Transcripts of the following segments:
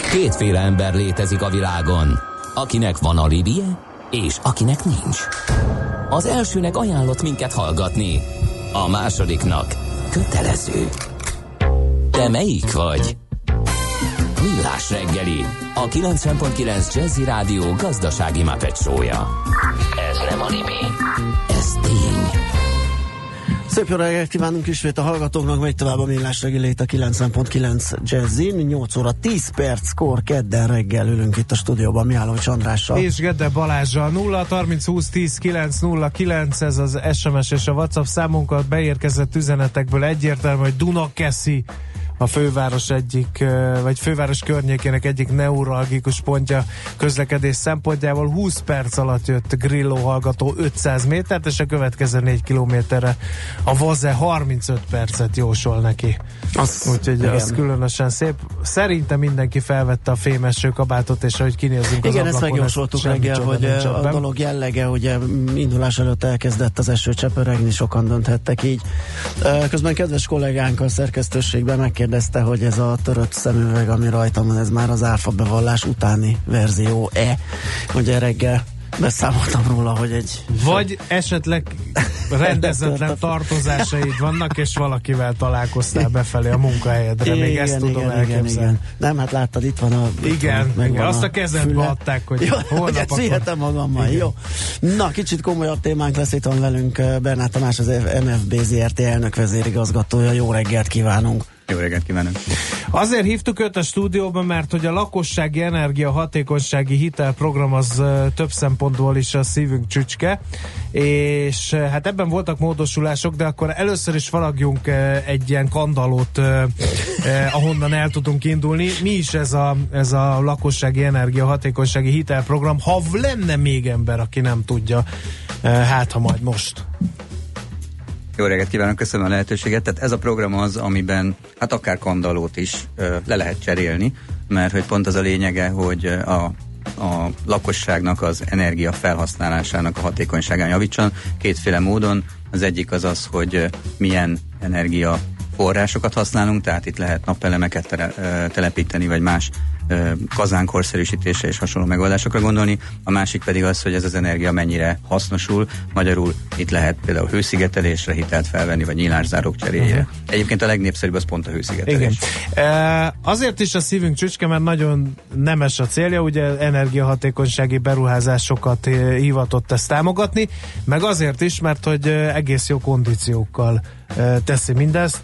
Kétféle ember létezik a világon, akinek van alibije, és akinek nincs. Az elsőnek ajánlott minket hallgatni, a másodiknak kötelező. Te melyik vagy? Millás reggeli, a 90.9 Jazzy Rádió gazdasági Muppet show-ja. Ez nem anime, ez tény. Szép jó reggelt kívánunk ismét a hallgatóknak, megy tovább a Millás reggelét a 90.9 Jazzin. 8 óra 10 perckor kedden reggel ülünk itt a stúdióban Mihálovics Andrással. És Gede Balázsral. 0 30 20 10 9 0 9, ez az SMS és a WhatsApp számunkat. Beérkezett üzenetekből egyértelmű, hogy Dunakeszi a főváros egyik, vagy főváros környékének egyik neuralgikus pontja közlekedés szempontjából. 20 perc alatt jött Grillo hallgató 500 métert, és a következő 4 kilométerre a Vaze 35 percet jósol neki. Úgyhogy az különösen szép. Szerintem mindenki felvette a fémeső kabátot, és ahogy kinézzünk az igen, ablakon. ezt megjósoltuk reggel, hogy a dolog jellege, ugye indulás előtt elkezdett az eső csöpöregni, sokan dönthettek így. Közben kedves kollégánk a szerkesztőségben megkérdezte, hogy ez a törött szemüveg, ami rajtam van, ez már az áfa bevallás utáni verzió-e? Ugye reggel beszámoltam róla, hogy egy... Vagy esetleg rendezetlen tartozásaid vannak, és valakivel találkoztál befelé a munkahelyedre. Még ezt tudom elképzelni. Igen. Nem, hát láttad, itt van a... Igen, azt a kezedbe adták, hogy holnap akkor... Jó, magammal, jó. Na, kicsit komolyabb témánk lesz, itt van velünk Bernát Tamás, az MFB ZRT elnök vezérigazgatója. Jó reggelt kívánunk! Jó reggelt kívánok! Azért hívtuk őt a stúdióba, mert hogy a lakossági energia hatékonysági hitelprogram az több szempontból is a szívünk csücske, és hát ebben voltak módosulások, de akkor először is falagjunk egy ilyen kandallót, ahonnan el tudunk indulni. Mi is ez a lakossági energia hatékonysági hitelprogram, ha lenne még ember, aki nem tudja, hát ha majd most. Jó reggelt kívánok, köszönöm a lehetőséget. Tehát ez a program az, amiben hát akár kandallót is le lehet cserélni, mert hogy pont az a lényege, hogy a lakosságnak az energia felhasználásának a hatékonyságán javítson kétféle módon. Az egyik az az, hogy milyen energia forrásokat használunk, tehát itt lehet napelemeket telepíteni, vagy más kazánkorszerűsítése és hasonló megoldásokra gondolni. A másik pedig az, hogy ez az energia mennyire hasznosul. Magyarul itt lehet például hőszigetelésre hitelt felvenni, vagy nyilászárók cseréjére. Egyébként a legnépszerűbb az pont a hőszigetelés. Igen. Azért is a szívünk csücske, mert nagyon nemes a célja, ugye energiahatékonysági beruházásokat hivatott ezt támogatni, meg azért is, mert hogy egész jó kondíciókkal teszi mindezt.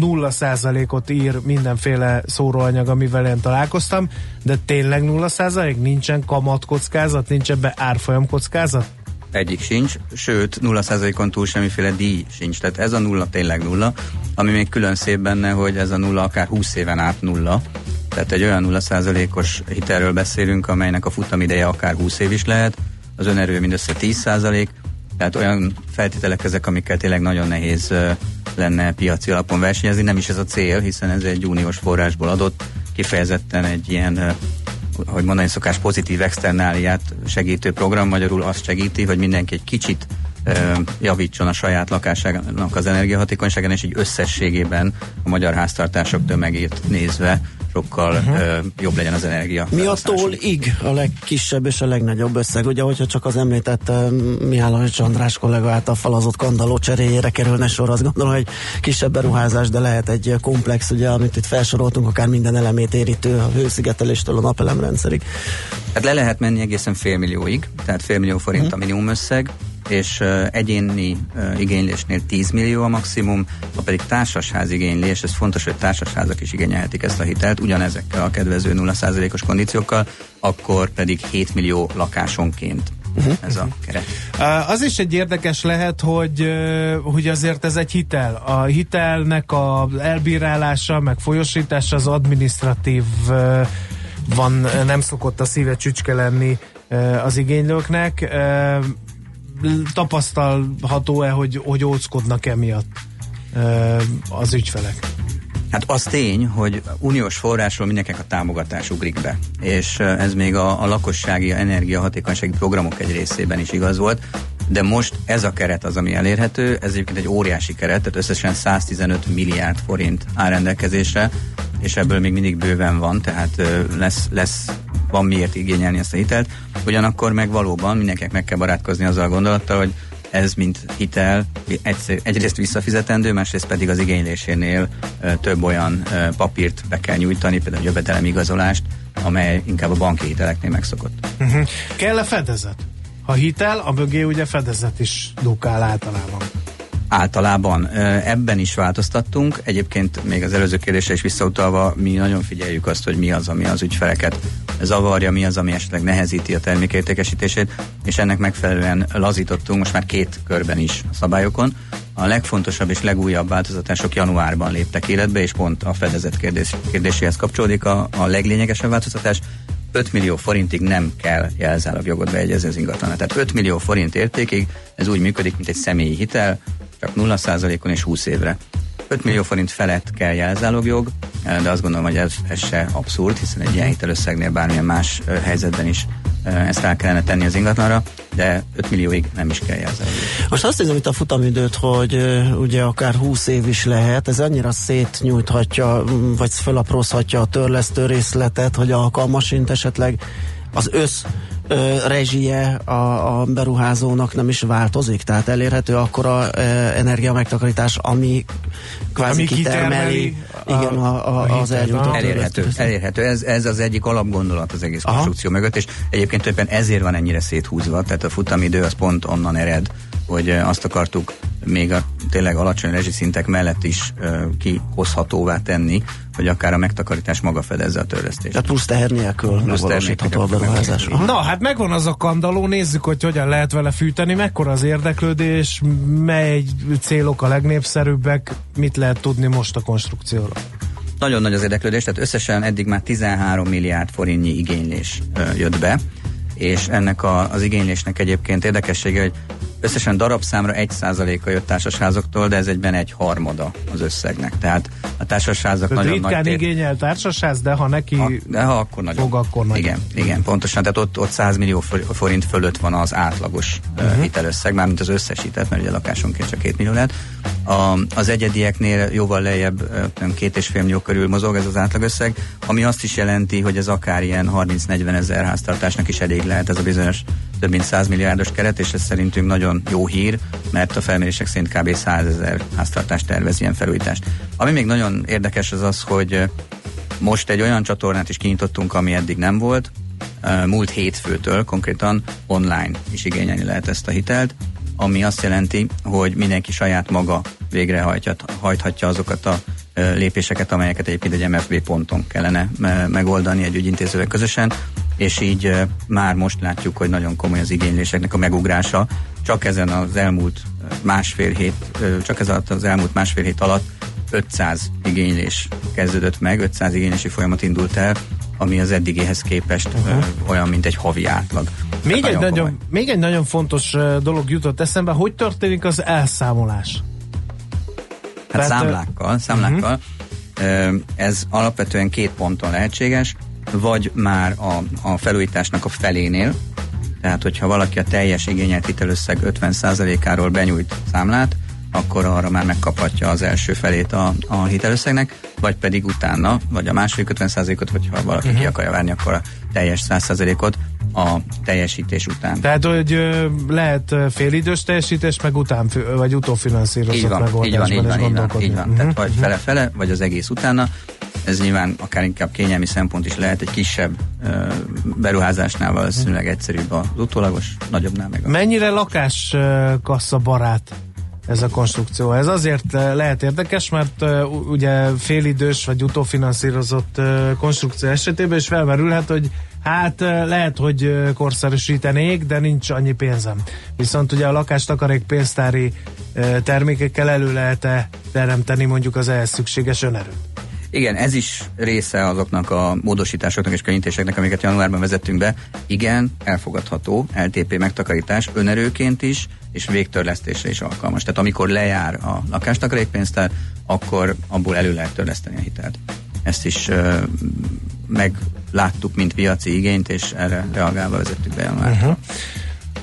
0%-ot ír mindenféle szóróanyag, amivel én találkoztam, de tényleg 0%? Nincsen kamatkockázat, nincsen be árfolyam kockázat? Egyik sincs, sőt 0%-on túl semmiféle díj sincs, tehát ez a nulla tényleg nulla, ami még külön szép benne, hogy ez a nulla akár 20 éven át nulla, tehát egy olyan 0%-os hitelről beszélünk, amelynek a futamideje akár 20 év is lehet, az önerő mindössze 10%, tehát olyan feltételek ezek, amikkel tényleg nagyon nehéz lenne piaci alapon versenyezni, nem is ez a cél, hiszen ez egy uniós forrásból adott, kifejezetten egy ilyen, hogy mondani szokás, pozitív externáliát segítő program, magyarul azt segíti, hogy mindenki egy kicsit javítson a saját lakásának az energiahatékonyságán, és így összességében a magyar háztartások tömegét nézve sokkal jobb legyen az energia. Mi attól a legkisebb és a legnagyobb összeg? Ugye, hogyha csak az említett Mihálovics András kollega által falazott kandalló cseréjére kerülne sor, azt gondolom, hogy kisebb beruházás, de lehet egy komplex, ugye, amit itt felsoroltunk, akár minden elemét érítő, a hőszigeteléstől a napelemrendszerig. Hát le lehet menni egészen $500 000, tehát $500 000 forint a minimum összeg, és egyéni igénylésnél 10 millió a maximum, ha pedig társasház igénylés, ez fontos, hogy társasházak is igényelhetik ezt a hitelt, ugyanezekkel a kedvező 0%-os kondíciókkal, akkor pedig 7 millió lakásonként ez a keret. Az is egy érdekes lehet, hogy azért ez egy hitel. A hitelnek a elbírálása, meg folyosítása az adminisztratív nem szokott a szíve csücske lenni az igénylőknek. Tapasztalható-e, hogy óckodnak emiatt az ügyfelek? Hát az tény, hogy uniós forrásról mindenkinek a támogatás ugrik be, és ez még a lakossági energiahatékonysági programok egy részében is igaz volt, de most ez a keret az, ami elérhető, ez egyébként egy óriási keret, tehát összesen 115 milliárd forint áll rendelkezésre, és ebből még mindig bőven van, tehát van miért igényelni ezt a hitelt. Ugyanakkor meg valóban mindenkinek meg kell barátkozni azzal a gondolattal, hogy ez mint hitel egyrészt visszafizetendő, másrészt pedig az igénylésénél több olyan papírt be kell nyújtani, például jövedelemigazolást, amely inkább a banki hiteleknél megszokott. Kell-e fedezet? Ha hitel, a mögé ugye fedezet is dukál általában. Általában ebben is változtattunk. Egyébként még az előző kérdésre is visszautalva, mi nagyon figyeljük azt, hogy mi az, ami az ügyfeleket zavarja, mi az, ami esetleg nehezíti a termékértékesítését, és ennek megfelelően lazítottunk most már 2 körben is a szabályokon. A legfontosabb és legújabb változtatások januárban léptek életbe, és pont a fedezet kérdéséhez kapcsolódik a leglényegesebb változtatás. 5 millió forintig nem kell jelzálogjogot beegyezni az ingatlanra. Tehát 5 millió forint értékig ez úgy működik, mint egy személyi hitel, csak 0%-on és 20 évre. 5 millió forint felett kell jelzálogjog, de azt gondolom, hogy ez se abszurd, hiszen egy ilyen hitelösszegnél bármilyen más helyzetben is ezt rá kellene tenni az ingatlanra, de 5 millióig nem is kell jelzálogjog. Most azt nézem itt a futamidőt, hogy ugye akár 20 év is lehet, ez annyira szétnyújthatja, vagy fölaprózhatja a törlesztő részletet, hogy alkalmasint esetleg az rezsie a beruházónak nem is változik, tehát elérhető akkora energia megtakarítás, ami kvázi kitermeli az eljutott elérhető. Ez az egyik alapgondolat az egész konstrukció mögött, és egyébként éppen ezért van ennyire széthúzva, tehát a futamidő az pont onnan ered, hogy azt akartuk még a tényleg alacsony rezsiszintek mellett is kihozhatóvá tenni, hogy akár a megtakarítás maga fedezze a törlesztést. Tehát plusz teher nélkül megvalósítható a beruházás. Na, hát megvan az a kandalló, nézzük, hogy hogyan lehet vele fűteni, mekkora az érdeklődés, mely célok a legnépszerűbbek, mit lehet tudni most a konstrukcióról? Nagyon nagy az érdeklődés, tehát összesen eddig már 13 milliárd forintnyi igénylés jött be, és ennek az igénylésnek egyébként érdekessége, hogy összesen darabszámra 1%-a jött társasházaktól, de ez egyben 1/3 az összegnek. Tehát a társasházak nagyon ritkán nagy... igényel társasház, de ha neki akkor nagyon. Fog, akkor nagyon. Igen, pontosan. Tehát ott 100 millió forint fölött van az átlagos hitelösszeg, mármint az összes hitelt, mert ugye lakásonként csak 2 millió lehet. Az egyedieknél jóval lejjebb 2,5 millió körül mozog ez az átlagösszeg, ami azt is jelenti, hogy ez akár ilyen 30-40 ezer háztartásnak is elég lehet ez a bizonyos több mint 100 milliárdos keret, és ez szerintünk nagyon jó hír, mert a felmérések szerint kb. 100 000 háztartást tervez ilyen felújítást. Ami még nagyon érdekes az, hogy most egy olyan csatornát is kinyitottunk, ami eddig nem volt. Múlt hétfőtől konkrétan online is igényelni lehet ezt a hitelt, ami azt jelenti, hogy mindenki saját maga végrehajthatja azokat a lépéseket, amelyeket egyébként egy MFB ponton kellene megoldani egy ügyintézővel közösen, és így már most látjuk, hogy nagyon komoly az igényléseknek a megugrása. Csak ezen az elmúlt másfél hét alatt 500 igénylés kezdődött meg, 500 igénylési folyamat indult el, ami az eddigihez képest olyan, mint egy havi átlag. Még egy nagyon fontos dolog jutott eszembe, hogy történik az elszámolás? Hát számlákkal. Ez alapvetően 2 ponton lehetséges, vagy már a felújításnak a felénél, tehát hogyha valaki a teljes igényelt hitelösszeg 50%-áról benyújt számlát, akkor arra már megkaphatja az első felét a hitelösszegnek, vagy pedig utána, vagy a második 50%-ot, hogyha valaki ki akarja várni, akkor a teljes 100%-ot a teljesítés után. Tehát, hogy lehet félidős teljesítés, meg vagy utófinanszírozott megoldásban is gondolkodni. Így van. Tehát vagy fele-fele, vagy az egész utána. Ez nyilván akár inkább kényelmi szempont is lehet, egy kisebb beruházásnál valószínűleg egyszerűbb az utólagos, nagyobbnál meg. Mennyire lakáskassa barát ez a konstrukció? Ez azért lehet érdekes, mert ugye félidős vagy utófinanszírozott konstrukció esetében is felmerülhet, hogy hát lehet, hogy korszerűsítenék, de nincs annyi pénzem. Viszont ugye a lakástakarék pénztári termékekkel elő lehet-e teremteni mondjuk az ehhez szükséges önerőt? Igen, ez is része azoknak a módosításoknak és könnyítéseknek, amiket januárban vezettünk be. Igen, elfogadható, LTP megtakarítás önerőként is, és végtörlesztésre is alkalmas. Tehát amikor lejár a lakástakarékpénztár, akkor abból elő lehet törleszteni a hitelt. Ezt is megláttuk, mint piaci igényt, és erre reagálva vezettük be januárban.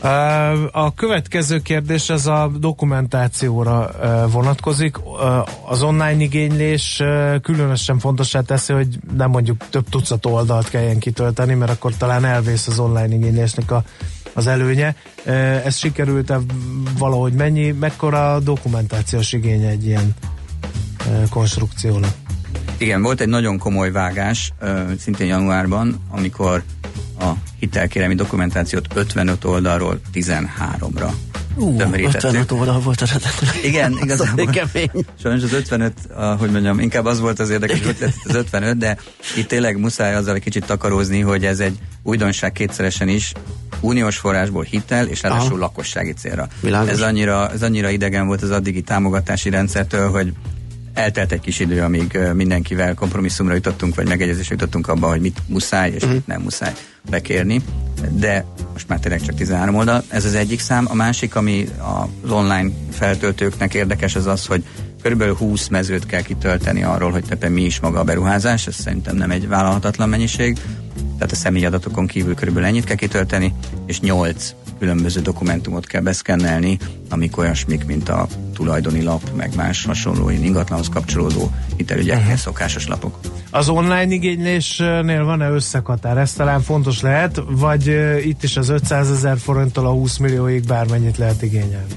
A következő kérdés ez a dokumentációra vonatkozik. Az online igénylés különösen fontosá teszi, hogy nem mondjuk több tucat oldalt kelljen kitölteni, mert akkor talán elvész az online igénylésnek az előnye. Ez sikerült-e valahogy mekkora dokumentációs igény egy ilyen konstrukciónak? Igen, volt egy nagyon komoly vágás szintén januárban, amikor a hitelkérelmi dokumentációt 55 oldalról 13-ra tömörítettük. 55 oldal volt eredetileg. Igen, igazából. Sajnos az 55, hogy mondjam, inkább az volt az érdekes, hogy lett az 55, de itt tényleg muszáj azzal egy kicsit takarózni, hogy ez egy újdonság kétszeresen is, uniós forrásból hitel, és ráadásul lakossági célra. Ez annyira idegen volt az addigi támogatási rendszertől, hogy eltelt egy kis idő, amíg mindenkivel kompromisszumra jutottunk, vagy megegyezésre jutottunk abban, hogy mit muszáj, és mit nem muszáj bekérni. De most már tényleg csak 13 oldal. Ez az egyik szám. A másik, ami az online feltöltőknek érdekes, az az, hogy körülbelül 20 mezőt kell kitölteni arról, hogy tepen mi is maga a beruházás. Ez szerintem nem egy vállalhatatlan mennyiség. Tehát a személyi adatokon kívül körülbelül ennyit kell kitölteni, és 8 különböző dokumentumot kell beszkennelni, amik olyasmik, mint a tulajdoni lap, meg más hasonló ingatlanhoz kapcsolódó hitelügyeknél szokásos lapok. Az online igénylésnél van-e összekatár? Ez talán fontos lehet, vagy itt is az 500 000 forinttól a 20 millióig bármennyit lehet igényelni?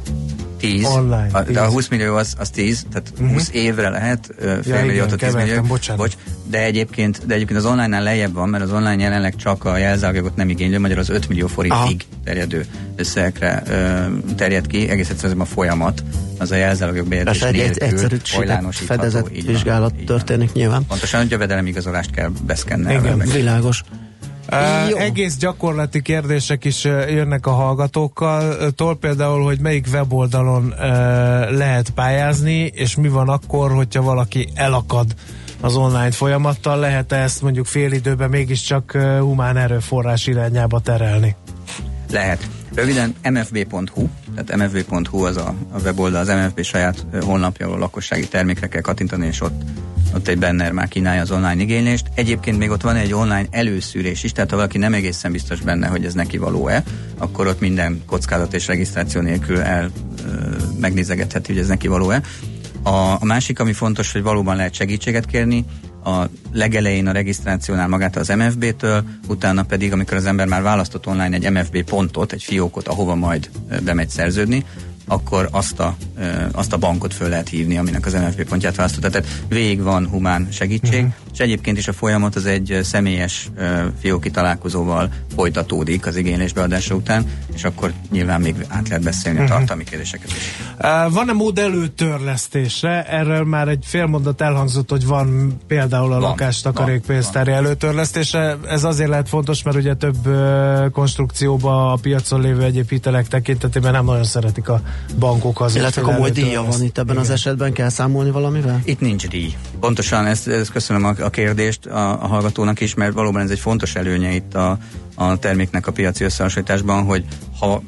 10. Online. De a 20 millió az 10, tehát 20 évre lehet, fél milliót a 10 millió. De egyébként az online-nál lejjebb van, mert az online jelenleg csak a jelzálogjogot nem igénylő, magyar az 5 millió forintig terjedő összegekre terjed ki, egész egyszerűen a folyamat, az a jelzálogjog bejegyzés nélkül hajlánosítható. Fedezett vizsgálat történik nyilván. Pontosan, hogy jövedelemigazolást kell beszkennelni. Igen, világos. Egész gyakorlati kérdések is jönnek a hallgatókkal, például, hogy melyik weboldalon lehet pályázni, és mi van akkor, hogyha valaki elakad az online folyamattal, lehet ezt mondjuk fél időben mégiscsak humán erőforrás irányába terelni? Lehet. Röviden mfb.hu, tehát mfb.hu az a weboldal, az MFB saját honlapja, ahol lakossági termékre kell kattintani, és ott egy banner már kínálja az online igénylést. Egyébként még ott van egy online előszűrés is, tehát ha valaki nem egészen biztos benne, hogy ez neki való-e, akkor ott minden kockázat és regisztráció nélkül megnézegetheti, hogy ez neki való-e. A másik, ami fontos, hogy valóban lehet segítséget kérni, a legelején a regisztrációnál magát az MFB-től, utána pedig, amikor az ember már választott online egy MFB pontot, egy fiókot, ahova majd bemegy szerződni, akkor azt a bankot föl lehet hívni, aminek az MFB pontját választott. Tehát végig van humán segítség, és egyébként is a folyamat az egy személyes fióki találkozóval folytatódik az igénylés beadása után, és akkor nyilván még át lehet beszélni a tartalmi kérdéseket is. Van-e mód előtörlesztésre? Erről már egy fél mondat elhangzott, hogy van például a lakástakarékpénztári előtörlesztése. Ez azért lehet fontos, mert ugye több konstrukcióban a piacon lévő egyéb hitelek tekintetében nem nagyon szeretik a bankok az. Illetve komoly díja van itt ebben az esetben, kell számolni valamivel? Itt nincs díj. Pontosan, ezt köszönöm a kérdést a hallgatónak is, mert valóban ez egy fontos előnye itt a terméknek a piaci összehasonlításban, hogy ha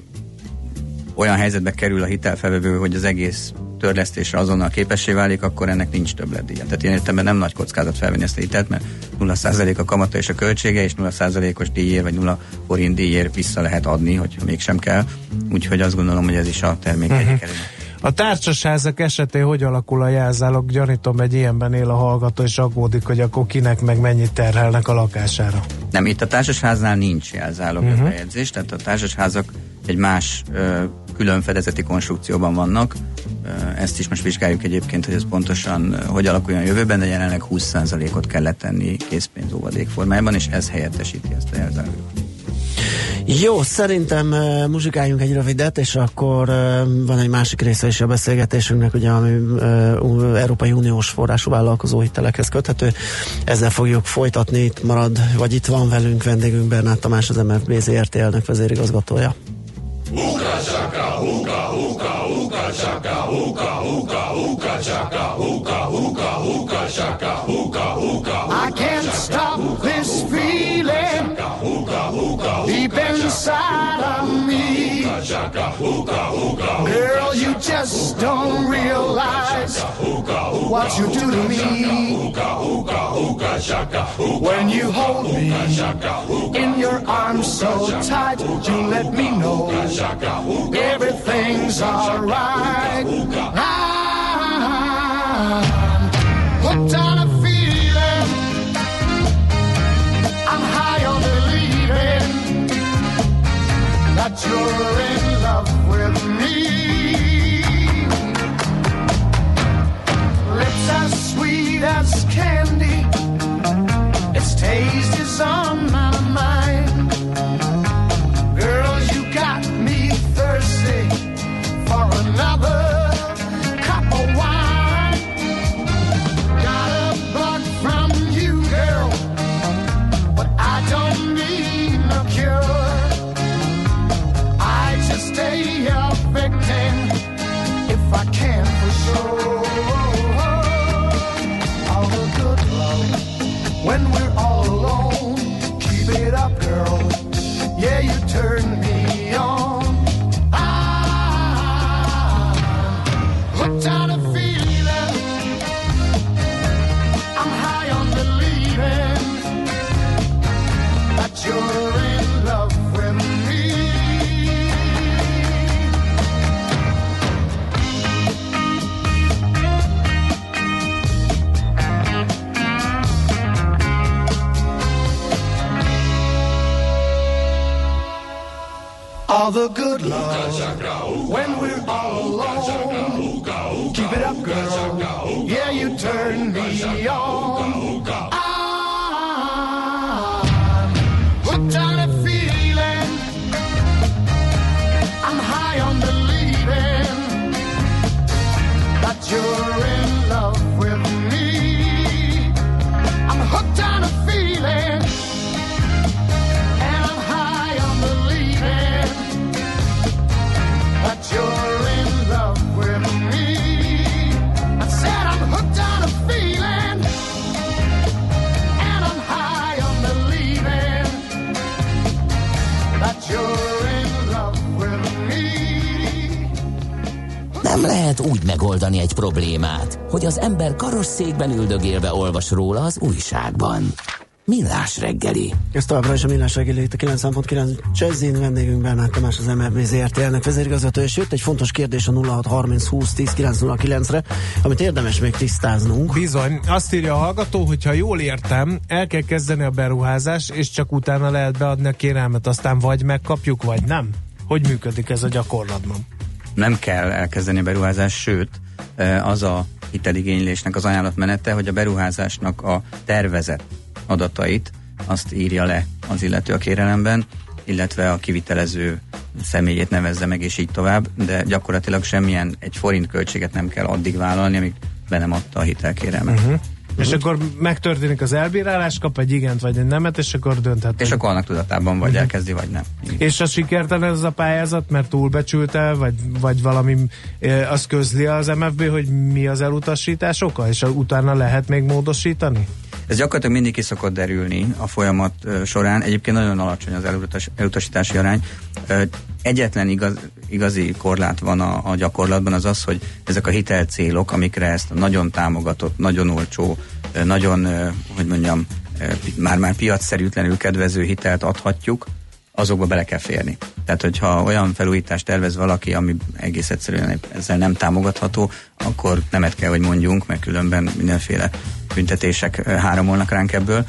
olyan helyzetbe kerül a hitelfelvevő, hogy az egész törlesztésre azonnal képessé válik, akkor ennek nincs többletdíja. Tehát ilyen értelemben nem nagy kockázat felvenni ezt a hitelt, mert 0% a kamata és a költsége, és 0%-os díjért, vagy 0 forint díjért vissza lehet adni, hogyha mégsem kell. Úgyhogy azt gondolom, hogy ez is a termék egyik előnye. A társasházak esetén hogy alakul a jelzálog? Gyanítom, egy ilyenben él a hallgató, és aggódik, hogy akkor kinek meg mennyit terhelnek a lakására. Nem, itt a társasháznál nincs jelzálog bejegyzés, tehát a társasházak egy más külön fedezeti konstrukcióban vannak. Ezt is most vizsgáljuk egyébként, hogy ez pontosan hogy alakuljon a jövőben, de jelenleg 20%-ot kell letenni készpénzóvadék formájában, és ez helyettesíti ezt a jelzálogot. Jó, szerintem muzsikáljunk egy rövidet, és akkor van egy másik része is a beszélgetésünknek, ugye, ami Európai Uniós forrású vállalkozó hitelekhez köthető. Ezzel fogjuk folytatni, itt marad, vagy itt van velünk vendégünk Bernát Tamás, az MFB ZRT elnök vezérigazgatója. Hookah chaka, hookah, hookah, hookah chaka, hookah, hookah, hookah chaka, hookah, hookah, hookah chaka, hookah, hookah. I can't stop this feeling deep inside of me. Girl, you just just don't realize what you do to me. When you hold me in your arms so tight, you let me know everything's alright. I'm hooked on a feeling, I'm high on believing that you're in love with me. Lips as sweet as candy, its taste is on my mind. Girl, you got me thirsty for another cup of wine. Got a bug from you, girl, but I don't need no cure. I just stay a victim if I can for sure. All the good love when we're all alone. Keep it up, girl. Yeah, you turn me on. I'm hooked on a feeling, I'm high on believing that you're in love with me. All the good love when we're all alone. Keep it up, girl. Yeah, you turn me on. I'm hooked on a feeling, I'm high on believing that you're in love with me. I'm hooked on a feeling, and I'm high on believing that you're in love with me. I said I'm hooked on a feeling, and I'm high on believing that you're in love with me. Nem lehet úgy megoldani egy problémát, hogy az ember karosszékben üldögélve olvas róla az újságban. Millás reggeli. Ez továbbra is a Millás reggeli, itt a 9.9 Jazzin, vendégünk Bernát Tamás, az MRB ZRT elnök vezérigazgató, és jött egy fontos kérdés a 0630201009-re, amit érdemes még tisztáznunk. Bizony, azt írja a hallgató, hogy ha jól értem, el kell kezdeni a beruházás, és csak utána lehet beadni a kérelmet, aztán vagy megkapjuk, vagy nem. Hogy működik ez a gyakorlatban? Nem kell elkezdeni a beruházást, sőt, az a hiteligénylésnek az ajánlatmenete, hogy a beruházásnak a tervezett adatait azt írja le az illető a kérelemben, illetve a kivitelező személyét nevezze meg, és így tovább, de gyakorlatilag semmilyen egy forint költséget nem kell addig vállalni, amíg be nem adta a hitelkérelmet. És akkor megtörténik az elbírálás, kap egy igent vagy egy nemet, és akkor dönthet. És akkor annak tudatában vagy elkezdi, vagy nem. És a sikertelen ez a pályázat, mert túlbecsülte, vagy valami, az közli az MFB, hogy mi az elutasítás oka, és utána lehet még módosítani? Ez gyakorlatilag mindig ki szokott derülni a folyamat során. Egyébként nagyon alacsony az elutasítási arány. Egyetlen igazi korlát van a gyakorlatban, az az, hogy ezek a hitelcélok, amikre ezt a nagyon támogatott, nagyon olcsó, nagyon, hogy mondjam, már piacszerűtlenül kedvező hitelt adhatjuk, azokba bele kell férni. Tehát, hogyha olyan felújítást tervez valaki, ami egész egyszerűen ezzel nem támogatható, akkor nemet kell, hogy mondjunk, mert különben mindenféle büntetések háramolnak ránk ebből,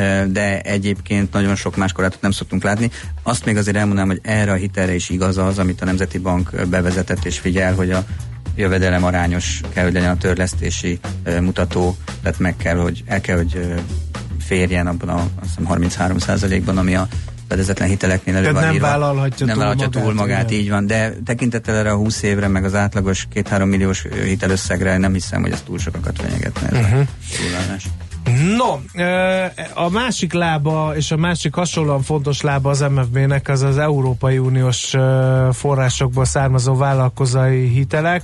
de egyébként nagyon sok más korlátot nem szoktunk látni. Azt még azért elmondanám, hogy erre a hitelre is igaz az, amit a Nemzeti Bank bevezetett és figyel, hogy a jövedelem arányos kell, hogy legyen a törlesztési mutató, tehát el kell, hogy férjen abban azt hiszem 33%-ban, ami a fedezetlen hiteleknél elő van írva. Nem vállalhatja túl magát, így van, de tekintettel erre a 20 évre, meg az átlagos 2-3 milliós hitelösszegre nem hiszem, hogy ez túl sokakat fenyegetne ez a túlvállalás. No, a másik lába, és a másik hasonlóan fontos lába az MFB-nek az az Európai Uniós forrásokból származó vállalkozói hitelek.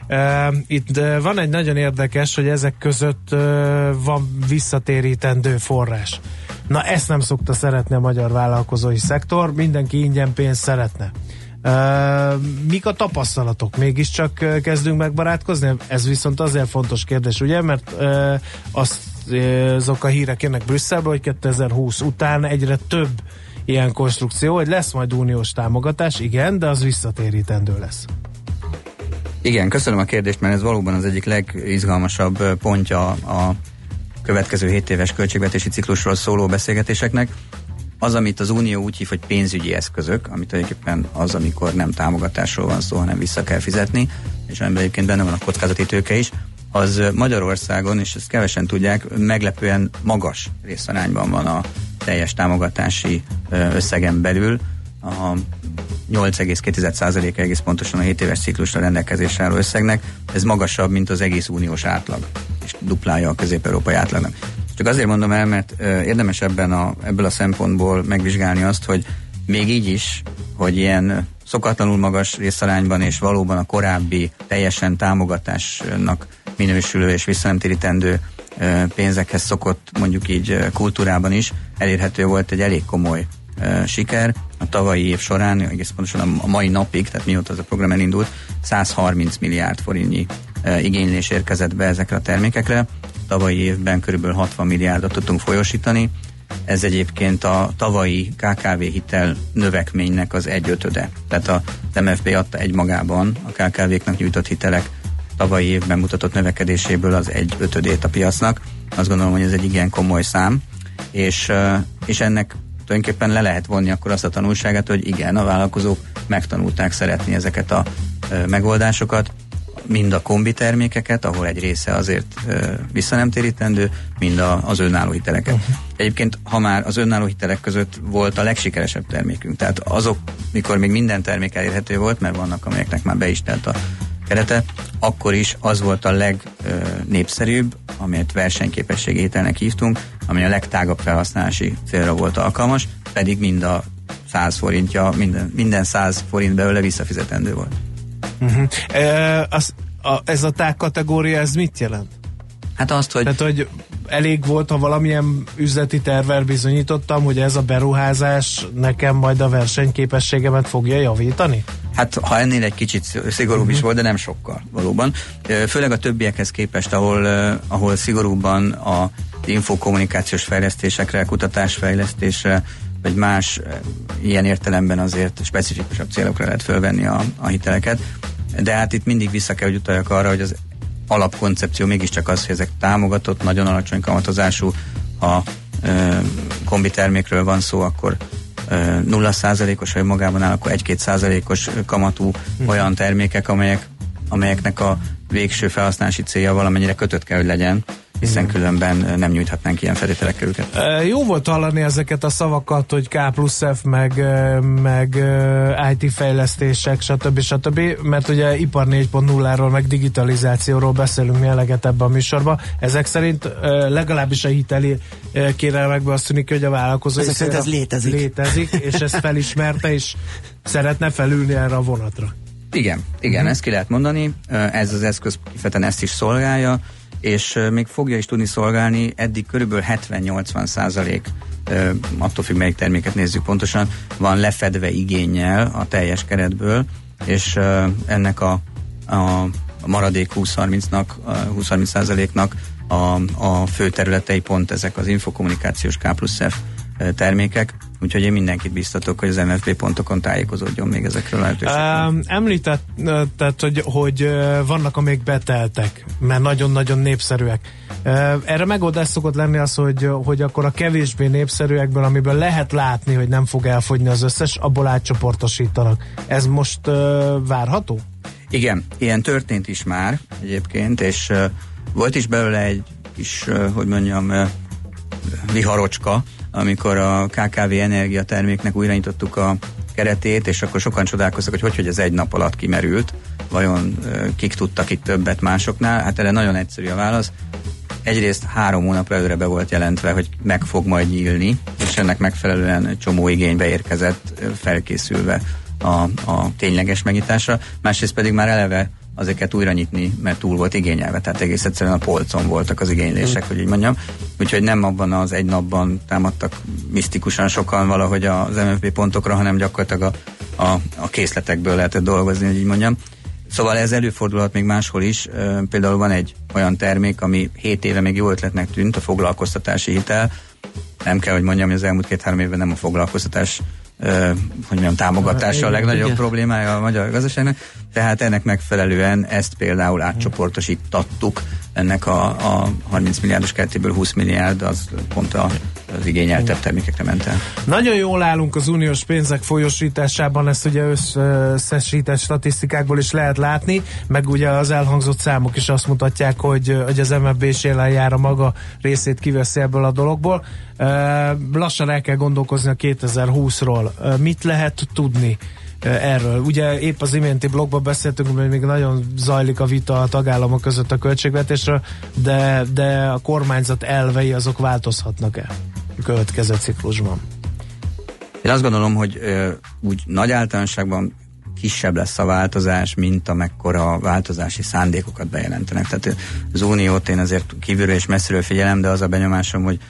Itt van egy nagyon érdekes, hogy ezek között van visszatérítendő forrás. Na, ezt nem szokta szeretni a magyar vállalkozói szektor, mindenki ingyen pénzt szeretne. Mik a tapasztalatok? Mégiscsak kezdünk megbarátkozni? Ez viszont azért fontos kérdés, ugye? Mert azok a hírek jönnek Brüsszelből, hogy 2020 után egyre több ilyen konstrukció, hogy lesz majd uniós támogatás, igen, de az visszatérítendő lesz. Igen, köszönöm a kérdést, mert ez valóban az egyik legizgalmasabb pontja a következő 7 éves költségvetési ciklusról szóló beszélgetéseknek. Az, amit az Unió úgy hív, hogy pénzügyi eszközök, amit tulajdonképpen az, amikor nem támogatásról van szó, hanem vissza kell fizetni, és amiben egyébként benne van a kockázati tőke is, az Magyarországon, és ezt kevesen tudják, meglepően magas részarányban van a teljes támogatási összegen belül. A 8,2% egész pontosan a 7 éves ciklusra rendelkezésre álló összegnek. Ez magasabb, mint az egész uniós átlag, és duplája a közép-európai átlagnak. Csak azért mondom el, mert érdemes ebből a szempontból megvizsgálni azt, hogy még így is, hogy ilyen szokatlanul magas részarányban és valóban a korábbi teljesen támogatásnak minősülő és visszanemtérítendő pénzekhez szokott, mondjuk így kultúrában is elérhető volt egy elég komoly siker. A tavalyi év során, egész pontosan a mai napig, tehát mióta ez a program elindult, 130 milliárd forintnyi igénylés érkezett be ezekre a termékekre. Tavalyi évben körülbelül 60 milliárdot tudtunk folyósítani. Ez egyébként a tavalyi KKV hitel növekménynek az 1/5. Tehát az MFB adta egymagában a KKV-knak nyújtott hitelek tavalyi évben mutatott növekedéséből az 1/5 a piacnak. Azt gondolom, hogy ez egy igen komoly szám, és ennek tulajdonképpen le lehet vonni akkor azt a tanulságát, hogy igen, a vállalkozók megtanulták szeretni ezeket a megoldásokat, mind a kombi termékeket, ahol egy része azért visszanemtérítendő, mind az önálló hiteleket. Egyébként, ha már az önálló hitelek között volt a legsikeresebb termékünk, tehát azok, mikor még minden termék elérhető volt, mert vannak, amelyeknek már be is telt a kerete, akkor is az volt a legnépszerűbb, amelyet versenyképességi hitelnek hívtunk, ami a legtágabb felhasználási célra volt alkalmas, pedig mind a 100 forintja, minden 100 forint belőle visszafizetendő volt. Ez a tág kategória, ez mit jelent? Hát azt, hogy... Tehát, hogy elég volt, ha valamilyen üzleti tervvel bizonyítottam, hogy ez a beruházás nekem majd a versenyképességemet fogja javítani? Hát, ha ennél egy kicsit szigorúbb is volt, de nem sokkal valóban. Főleg a többiekhez képest, ahol szigorúbban a infokommunikációs fejlesztésekre, kutatásfejlesztésre, vagy más ilyen értelemben azért specifikusabb célokra lehet fölvenni a hiteleket. De hát itt mindig vissza kell, hogy utaljak arra, hogy az alapkoncepció mégiscsak az, hogy ezek támogatott, nagyon alacsony kamatozású, ha kombi termékről van szó, akkor 0%-os, vagy magában áll, akkor 1-2%-os kamatú olyan termékek, amelyeknek a végső felhasználási célja valamennyire kötött kell, hogy legyen, hiszen különben nem nyújthatnánk ilyen feltételekkel őket. Jó volt hallani ezeket a szavakat, hogy K plusz F, meg IT fejlesztések, stb. Mert ugye ipar 4.0-ról, meg digitalizációról beszélünk mi eleget ebben a műsorban. Ezek szerint legalábbis a hiteli kérelmekben azt tűnik, hogy a vállalkozó ezek szerint ez létezik, és ezt felismerte, és szeretne felülni erre a vonatra. Igen, ezt ki lehet mondani. Ez az eszköz kifejezetten ezt is szolgálja, és még fogja is tudni szolgálni, eddig körülbelül 70-80%, attól függ, melyik terméket nézzük pontosan, van lefedve igénnyel a teljes keretből, és ennek a maradék 20-30%-nak a fő területei pont ezek az infokommunikációs K plusz F termékek, úgyhogy én mindenkit biztatok, hogy az MFB pontokon tájékozódjon még ezekről a lehetőségről. Említetted, hogy vannak, amelyek beteltek, mert nagyon-nagyon népszerűek. Erre megoldás szokott lenni az, hogy akkor a kevésbé népszerűekből, amiből lehet látni, hogy nem fog elfogyni az összes, abból átcsoportosítanak. Ez most várható? Igen, ilyen történt is már egyébként, és volt is belőle egy kis, viharocska, amikor a KKV energiaterméknek újraindítottuk a keretét, és akkor sokan csodálkoztak, hogy ez egy nap alatt kimerült, vajon kik tudtak itt többet másoknál. Hát erre nagyon egyszerű a válasz. Egyrészt 3 hónapra előre be volt jelentve, hogy meg fog majd nyílni, és ennek megfelelően csomó igény beérkezett, felkészülve a tényleges megnyitásra. Másrészt pedig már eleve azért újra nyitni, mert túl volt igényelve, tehát egész egyszerűen a polcon voltak az igénylések, hogy így mondjam. Úgyhogy nem abban az egy napban támadtak misztikusan sokan valahogy az MFB pontokra, hanem gyakorlatilag a készletekből lehetett dolgozni, hogy így mondjam. Szóval ez előfordulhat még máshol is. Például van egy olyan termék, ami 7 éve még jó ötletnek tűnt, a foglalkoztatási hitel. Nem kell, hogy mondjam, hogy az elmúlt 2-3 évben nem a foglalkoztatás támogatása a legnagyobb problémája a magyar gazdaságnak. Tehát ennek megfelelően ezt például átcsoportosítattuk, ennek a 30 milliárdos keretéből 20 milliárd az pont az igényeltebb termékekre ment el. Nagyon jól állunk az uniós pénzek folyosításában, ezt ugye összesített statisztikákból is lehet látni, meg ugye az elhangzott számok is azt mutatják, hogy az MFB is élen jár, a maga részét kiveszi ebből a dologból. Lassan el kell gondolkozni a 2020-ról. Mit lehet tudni erről? Ugye épp az iménti blogban beszéltünk, hogy még nagyon zajlik a vita a tagállamok között a költségvetésről, de a kormányzat elvei azok változhatnak-e a következő ciklusban? Én azt gondolom, hogy úgy nagy általánosságban kisebb lesz a változás, mint amekkora változási szándékokat bejelentenek. Tehát az uniót én azért kívülről és messziről figyelem, de az a benyomásom, hogy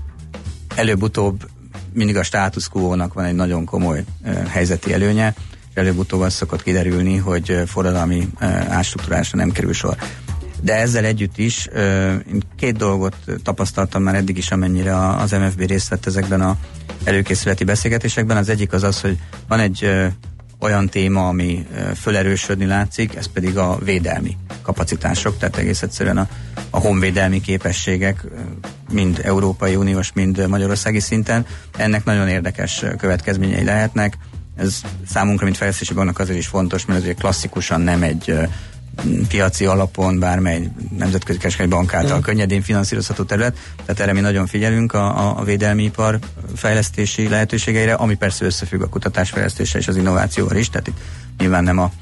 előbb-utóbb mindig a status quo-nak van egy nagyon komoly helyzeti előnye, és előbb-utóbb az szokott kiderülni, hogy forradalmi átstruktúrálásra nem kerül sor. De ezzel együtt is én 2 dolgot tapasztaltam már eddig is, amennyire az MFB részt vett ezekben az előkészületi beszélgetésekben. Az egyik az, hogy van egy olyan téma, ami fölerősödni látszik, ez pedig a védelmi kapacitások, tehát egész egyszerűen a honvédelmi képességek, mind Európai Uniós, mind magyarországi szinten. Ennek nagyon érdekes következményei lehetnek. Ez számunkra, mint fejlesztési banknak azért is fontos, mert azért klasszikusan nem egy piaci alapon, bármely nemzetközi kereskedelmi bank által könnyedén finanszírozható terület, tehát erre mi nagyon figyelünk a védelmi ipar fejlesztési lehetőségeire, ami persze összefügg a kutatásfejlesztéssel és az innovációval is, tehát itt nyilván nem a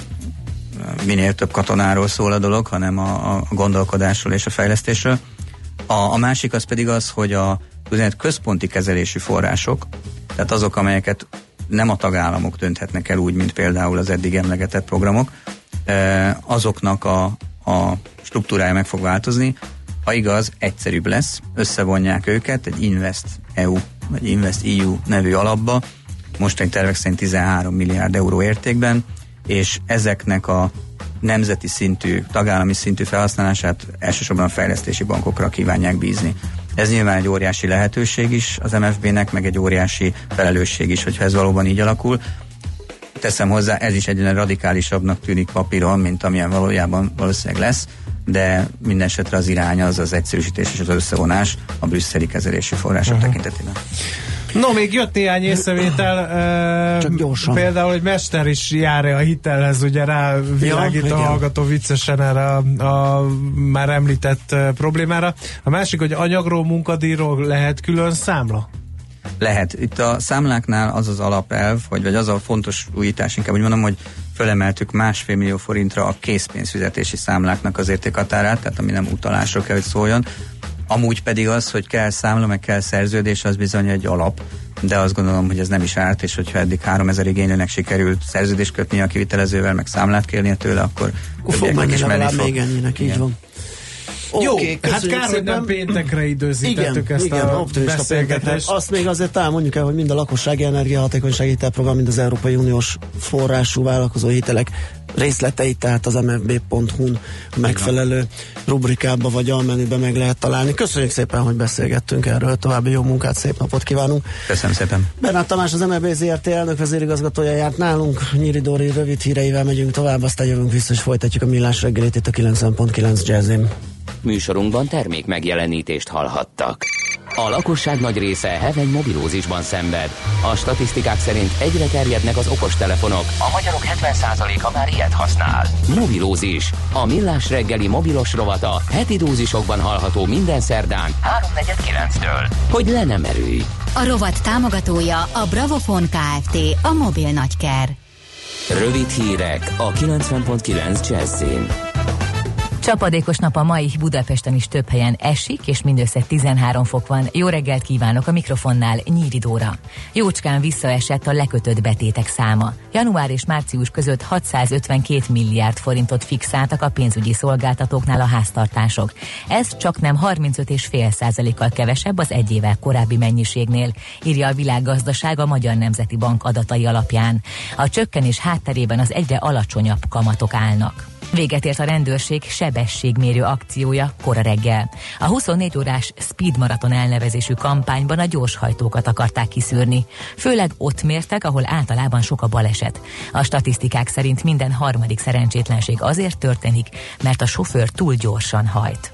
minél több katonáról szól a dolog, hanem a gondolkodásról és a fejlesztésről. A másik az pedig az, hogy a központi kezelésű források, tehát azok, amelyeket nem a tagállamok dönthetnek el úgy, mint például az eddig emlegetett programok, azoknak a struktúrája meg fog változni. Ha igaz, egyszerűbb lesz, összevonják őket egy Invest EU vagy Invest EU nevű alapba, mostani tervek szerint 13 milliárd euró értékben, és ezeknek a nemzeti szintű, tagállami szintű felhasználását elsősorban a fejlesztési bankokra kívánják bízni. Ez nyilván egy óriási lehetőség is az MFB-nek, meg egy óriási felelősség is, hogyha ez valóban így alakul. Teszem hozzá, ez is egyre radikálisabbnak tűnik papíron, mint amilyen valójában valószínűleg lesz, de minden esetre az irány az egyszerűsítés és az összevonás a brüsszeli kezelési források tekintetében. No, még jött néhány észrevétel, csak gyorsan. Például, hogy mester is jár-e a hitelhez, ugye rá világít a hallgató viccesen erre a már említett problémára. A másik, hogy anyagról, munkadíjról lehet külön számla? Lehet. Itt a számláknál az az alapelv, vagy az a fontos újítás, inkább úgy mondom, hogy fölemeltük 1,5 millió forintra a készpénzfizetési számláknak az értékhatárát, tehát ami nem utalásról kell, hogy szóljon. Amúgy pedig az, hogy kell számla, meg kell szerződés, az bizony egy alap, de azt gondolom, hogy ez nem is árt, és hogyha eddig 3000 igénylőnek sikerült szerződést kötni a kivitelezővel, meg számlát kérnie tőle, akkor fog menni legalább még ennyinek, így van. Jó, hát kár, hogy nem péntekre időzítettük ezt a beszélgetést. Azt még azért mondjuk el, hogy mind a lakossági energiahatékonysági hitelprogram, mind az Európai Uniós forrású vállalkozó hitelek részleteit, tehát az mfb.hu-n megfelelő rubrikába vagy almenüben meg lehet találni. Köszönjük szépen, hogy beszélgettünk erről, további jó munkát, szép napot kívánunk. Köszönöm szépen. Bernát Tamás, az MFB ZRT elnök vezérigazgatója járt nálunk, Nyíri Dóri rövid híreivel megyünk tovább, aztán jövünk vissza és folytatjuk a Millás reggelit itt a 90.9 Jazzin. Műsorunkban termék megjelenítést hallhattak. A lakosság nagy része heveny mobilózisban szenved. A statisztikák szerint egyre terjednek az okostelefonok. A magyarok 70%-a már ilyet használ. Mobilózis. A Millás reggeli mobilos rovata heti dózisokban hallható minden szerdán 3:49-től. Hogy le nem erőj. A rovat támogatója a Bravofon Kft. A mobil nagyker. Rövid hírek a 90.9 Jazzin. Csapadékos nap a mai, Budapesten is több helyen esik, és mindössze 13 fok van. Jó reggelt kívánok, a mikrofonnál Nyíri Dóra. Jócskán visszaesett a lekötött betétek száma. Január és március között 652 milliárd forintot fixáltak a pénzügyi szolgáltatóknál a háztartások. Ez csaknem 35,5%-kal kevesebb az egy évvel korábbi mennyiségnél, írja a Világgazdaság a Magyar Nemzeti Bank adatai alapján. A csökkenés hátterében az egyre alacsonyabb kamatok állnak. Véget ért a rendőrség sebességmérő akciója kora reggel. A 24 órás Speed Marathon elnevezésű kampányban a gyorshajtókat akarták kiszűrni. Főleg ott mértek, ahol általában sok a baleset. A statisztikák szerint minden harmadik szerencsétlenség azért történik, mert a sofőr túl gyorsan hajt.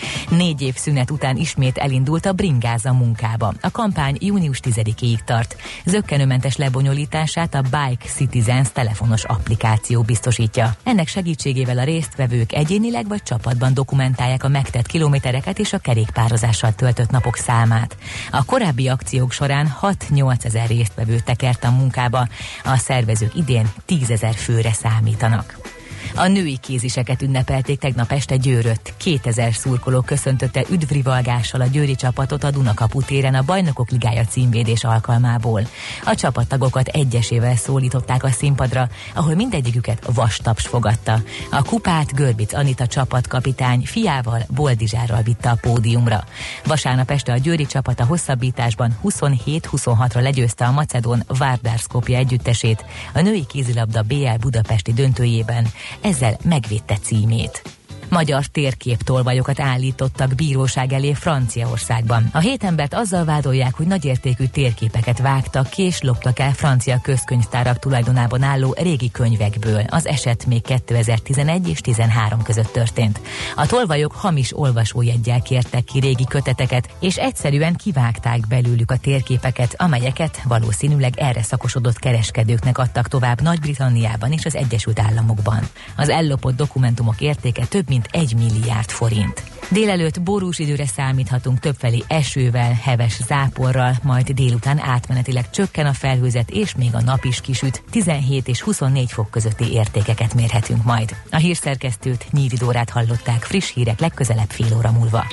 4 év szünet után ismét elindult a Bringáza munkába. A kampány június 10-ig tart. Zökkenőmentes lebonyolítását a Bike Citizens telefonos applikáció biztosítja. Ennek segítségével a résztvevők egyénileg vagy csapatban dokumentálják a megtett kilométereket és a kerékpározással töltött napok számát. A korábbi akciók során 6-8 ezer résztvevő tekert a munkába. A szervezők idén 10 000 főre számítanak. A női kéziseket ünnepelték tegnap este Győrött. 2000 szurkoló köszöntötte üdvrivalgással a győri csapatot a Dunakapu téren a Bajnokok Ligája címvédés alkalmából. A csapattagokat egyesével szólították a színpadra, ahol mindegyiküket vastaps fogadta. A kupát Görbic Anita csapatkapitány fiával, Boldizsárral vitte a pódiumra. Vasárnap este a győri csapat a hosszabbításban 27-26-ra legyőzte a macedón Vardar Skopje együttesét a női kézilabda BL budapesti döntőjében. Ezzel megvédte címét. Magyar térképtolvajokat állítottak bíróság elé Franciaországban. A 7 embert azzal vádolják, hogy nagyértékű térképeket vágtak ki és loptak el francia közkönyvtárak tulajdonában álló régi könyvekből. Az eset még 2011 és 13 között történt. A tolvajok hamis olvasójeggyel kértek ki régi köteteket, és egyszerűen kivágták belőlük a térképeket, amelyeket valószínűleg erre szakosodott kereskedőknek adtak tovább Nagy-Britanniában és az Egyesült Államokban. Az ellopott dokumentumok értéke több mint 1 milliárd forint. Délelőtt borús időre számíthatunk, többfelé esővel, heves záporral, majd délután átmenetileg csökken a felhőzet, és még a nap is kisüt. 17 és 24 fok közötti értékeket mérhetünk majd. A hírszerkesztőt, Nyíri Dórát hallották, friss hírek legközelebb fél óra múlva.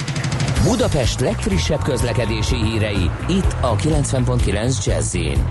Budapest legfrissebb közlekedési hírei, itt a 90.9 Jazz-in.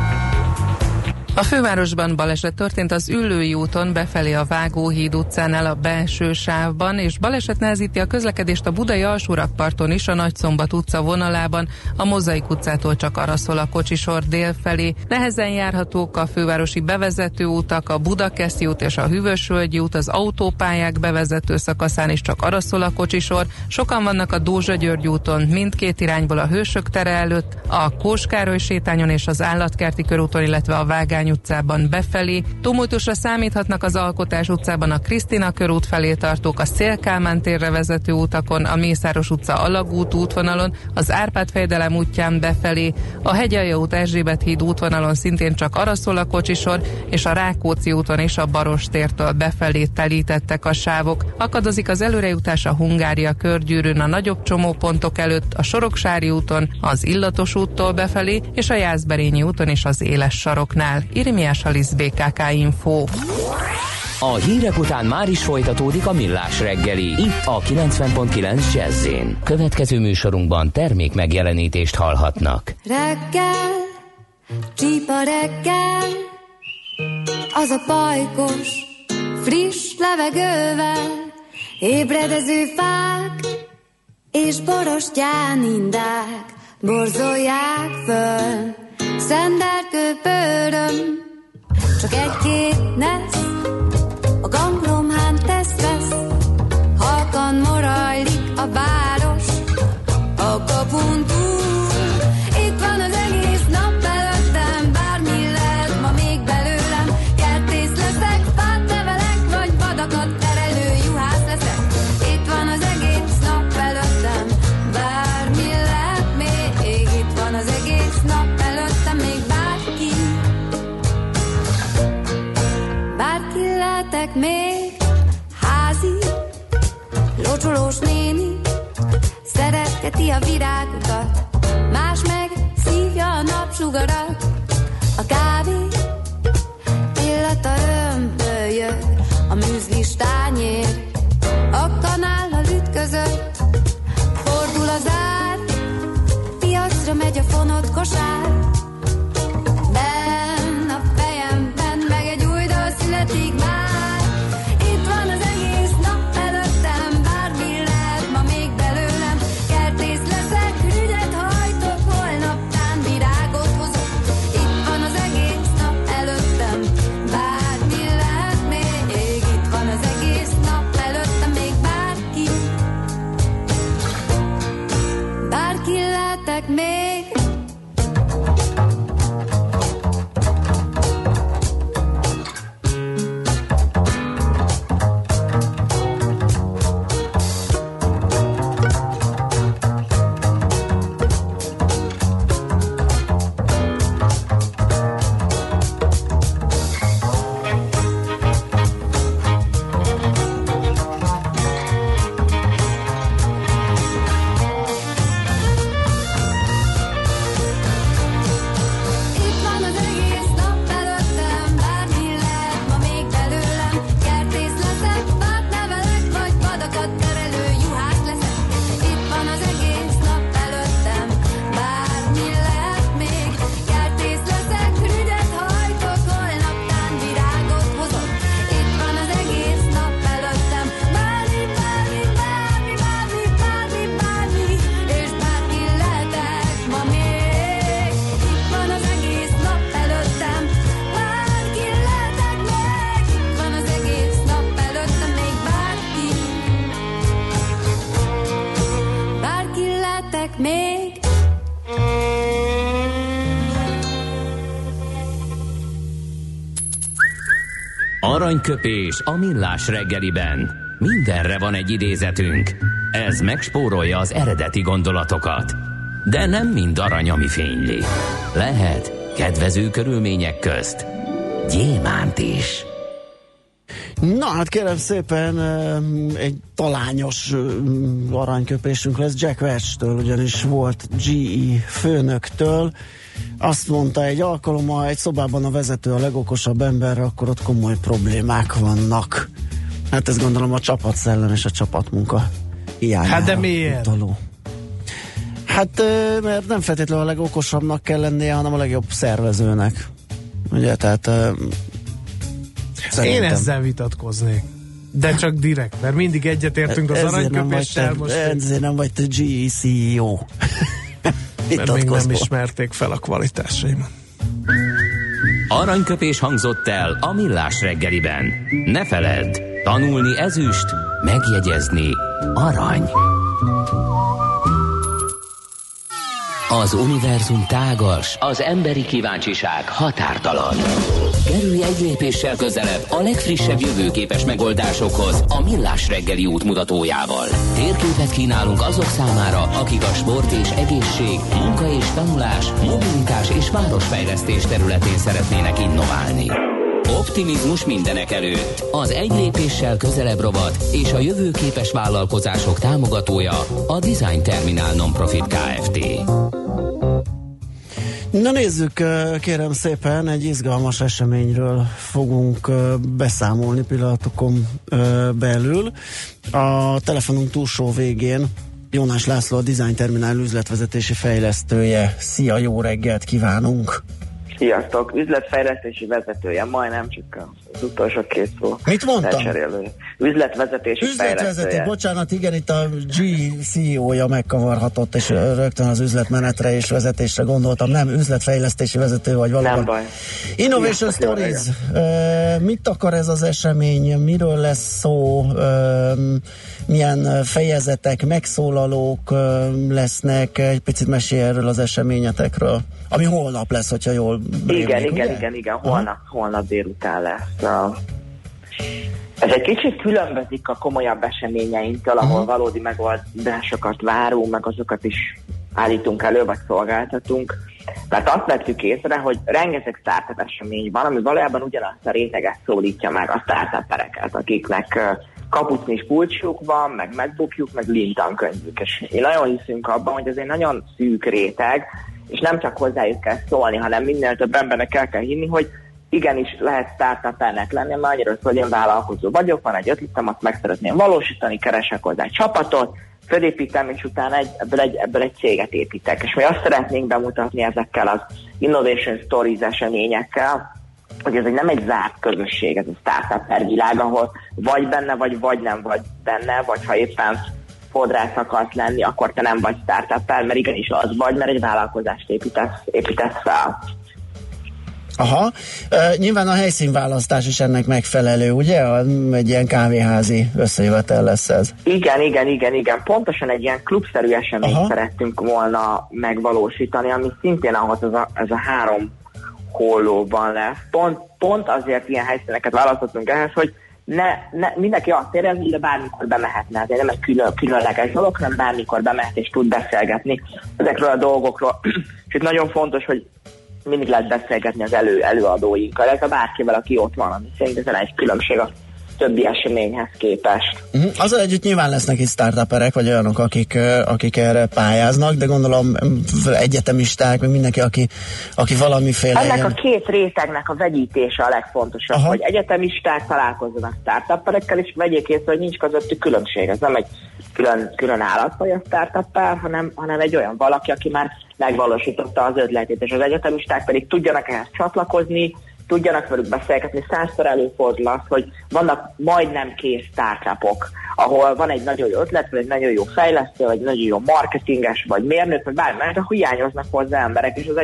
A fővárosban baleset történt az Üllői úton befelé a Vágóhíd utcánál a belső sávban, és baleset nehezíti a közlekedést a Budai Alsórakparton is a Nagyszombat utca vonalában, a Mozaik utcától csak arra szól a kocsisor dél felé. Nehezen járhatók a fővárosi bevezető utak, a Budakeszi út és a Hűvösvölgyi út, az autópályák bevezető szakaszán is csak arra szól a kocsisor. Sokan vannak a Dózsa-György úton, mindkét irányból a Hősök tere előtt, a Kós-Károly sétányon és az Állatkerti körúton, illetve a Vágány utcában befelé. Tumultusra számíthatnak az Alkotás utcában a Krisztina körút felé tartók, a Széll-Kálmán térre vezető utakon, a Mészáros utca Alagút útvonalon, az Árpád-fejdelem útján befelé, a Hegyalja út Erzsébet híd útvonalon szintén csak arra szól a kocsisor, és a Rákóczi úton és a Barostértől befelé telítettek a sávok. Akadozik az előrejutás a Hungária körgyűrűn a nagyobb csomópontok előtt, a Soroksári úton, az Illatos úttól befelé, és a Jászberényi úton és az Éles saroknál. Irimiás Alisz, BKK Info. A hírek után már is folytatódik a Millás reggeli, itt a 90.9 Jazz-én. Következő műsorunkban termék megjelenítést hallhatnak. Reggel, csípa reggel, az a pajkos, friss levegővel, ébredező fák és borostyán indák borzolják föl. Szenderkő pöröm, csak egy-két nesz, a ganglomhán tesz-vesz, halkan morajlik a város, a kapun túl. Itt van az egész nap előttem, bármi lehet ma még belőlem. Kertész leszek, fát nevelek, vagy vadakat terelő juhász leszek. Itt van az egész nap előttem, bármi lehet még. Itt van az egész nap előttem, még bárki. Bárki lehetek még, házi, locsolós néni, szeretgeti a virágokat, más meg szívja a napsugarat. A kávé illata römpölyög, a műzlis tányér Aranyköpés a millás reggeliben. Mindenre van egy idézetünk. Ez megspórolja az eredeti gondolatokat. De nem mind arany, ami fényli. Lehet kedvező körülmények közt gyémánt is. Na hát kérem szépen, egy talányos aranyköpésünk lesz Jack Welch-től, ugyanis volt GE főnöktől. Azt mondta egy alkalommal, egy szobában a vezető a legokosabb ember, akkor ott komoly problémák vannak. Hát ezt gondolom a csapatszellem és a csapatmunka hiányára. Hát de miért? Utaló. Hát mert nem feltétlenül a legokosabbnak kell lennie, hanem a legjobb szervezőnek. Ugye, tehát én ezzel vitatkoznék. De csak direkt, mert mindig egyetértünk az aranyköpéssel. Ezért nem vagy te GE CEO. Mert még nem ismerték fel a kvalitásaimat. Aranyköpés hangzott el a millás reggeliben. Ne feledd, tanulni ezüst, megjegyezni arany. Az univerzum tágas, az emberi kíváncsiság határtalan. Kerülj egy lépéssel közelebb a legfrissebb jövőképes megoldásokhoz a millás reggeli útmutatójával. Térképet kínálunk azok számára, akik a sport és egészség, munka és tanulás, mobilitás és városfejlesztés területén szeretnének innoválni. Optimizmus mindenek előtt. Az egy lépéssel közelebb rovat és a jövőképes vállalkozások támogatója a Design Terminál Nonprofit Kft. Na nézzük, kérem szépen, egy izgalmas eseményről fogunk beszámolni pillanatokon belül. A telefonunk túlsó végén Jónás László, a Design Terminál üzletvezetési fejlesztője. Szia, jó reggelt kívánunk! Sziasztok! Üzletfejlesztési vezetője, majdnem csak az utolsó két szó. Mit mondtam? Üzletvezetési fejlesztője. Bocsánat, igen, itt a G CEO-ja megkavarhatott, és rögtön az üzletmenetre és vezetésre gondoltam. Nem, üzletfejlesztési vezető vagy valóban. Nem baj. Innovation Stories. Mit akar ez az esemény? Miről lesz szó? Milyen fejezetek, megszólalók lesznek? Egy picit mesélj erről az eseményetekről. Ami holnap lesz, hogyha jól rémlik, igen, holnap délután lesz. Ez egy kicsit különbözik a komolyabb eseményeinktől, ahol valódi megoldásokat várunk, meg azokat is állítunk elő, vagy szolgáltatunk. Mert azt vettük észre, hogy rengeteg startup esemény van, ami valójában ugyanazt a réteget szólítja meg a startupereket, akiknek kapucnis pulcsuk van, meg MacBookjuk, meg Lean tankönyvük. És mi nagyon hiszünk abban, hogy ez egy nagyon szűk réteg, és nem csak hozzájuk kell szólni, hanem minél több embernek el kell hinni, hogy igenis lehet startupernek lenni, mert annyira szól, hogy én vállalkozó vagyok, van egy ötletem, azt meg szeretném valósítani, keresek hozzá egy csapatot, felépítem, és utána ebből egy céget építek. És mi azt szeretnénk bemutatni ezekkel az Innovation Stories eseményekkel, hogy ez nem egy zárt közösség, ez a startuper világ, ahol vagy benne vagy nem vagy benne, vagy ha éppen fodrász akarsz lenni, akkor te nem vagy startuper, mert igenis az vagy, mert egy vállalkozást építesz fel. Aha, nyilván a helyszínválasztás is ennek megfelelő, ugye? Egy ilyen kávéházi összejövetel lesz ez. Igen. Pontosan egy ilyen klubszerű eseményt szerettünk volna megvalósítani, ami szintén ahhoz ez a 3 hollóban lesz. Pont azért ilyen helyszíneket választottunk ehhez, hogy ne mindenki azt érez, hogy bármikor bemehetne. Ez nem egy különleges dolog, hanem bármikor bemehet és tud beszélgetni ezekről a dolgokról. És itt nagyon fontos, hogy mindig lehet beszélgetni az előadóinkkal, ez a bárkivel, aki ott van, ami szerintem egy különbség a többi eseményhez képest. Azzal együtt nyilván lesznek itt startuperek, vagy olyanok, akik erre pályáznak, de gondolom egyetemisták, meg mindenki, aki valamiféle... Ennek a két rétegnek a vegyítése a legfontosabb, hogy egyetemisták találkozzanak startuperekkel, és vegyék észre, hogy nincs közöttük különbség. Ez nem egy külön állatfaj a startupper, hanem egy olyan valaki, aki már megvalósította az ötletét, és az egyetemisták pedig tudjanak ehhez csatlakozni, tudjanak velük beszélgetni. 100-szor előfordul az, hogy vannak majdnem kész startupok, ahol van egy nagyon jó ötlet, vagy egy nagyon jó fejlesztő, vagy egy nagyon jó marketinges, vagy mérnök, vagy bármi, de hiányoznak hozzá emberek, és ez egy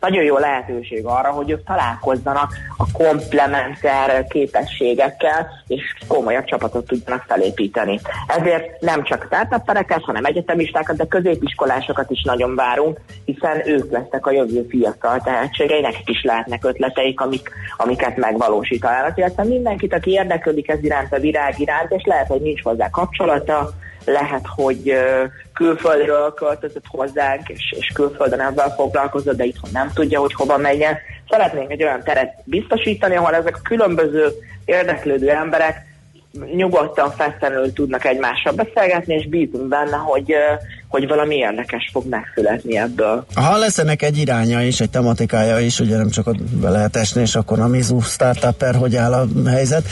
nagyon jó lehetőség arra, hogy ők találkozzanak a komplementer képességekkel, és komolyabb csapatot tudjanak felépíteni. Ezért nem csak startuppereket, hanem egyetemistákat, de középiskolásokat is nagyon várunk, hiszen ők lesznek a jövő fiatal tehetségei, nekik is lehetnek ötleteik, amiket megvalósítanának. Illetve mindenkit, aki érdeklődik ez iránt, a virág iránt, és lehet, hogy nincs hozzá kapcsolata, lehet, hogy külföldről költözött hozzánk, és külföldön ezzel foglalkozott, de itthon nem tudja, hogy hova menjen. Szeretnénk egy olyan teret biztosítani, ahol ezek a különböző érdeklődő emberek nyugodtan, fesztelenül tudnak egymással beszélgetni, és bízunk benne, hogy valami érdekes fog megszületni ebből. Ha lesz ennek egy iránya is, egy tematikája is, ugye nem csak ott be lehet esni, és akkor a Mizu Startupper, hogy áll a helyzet,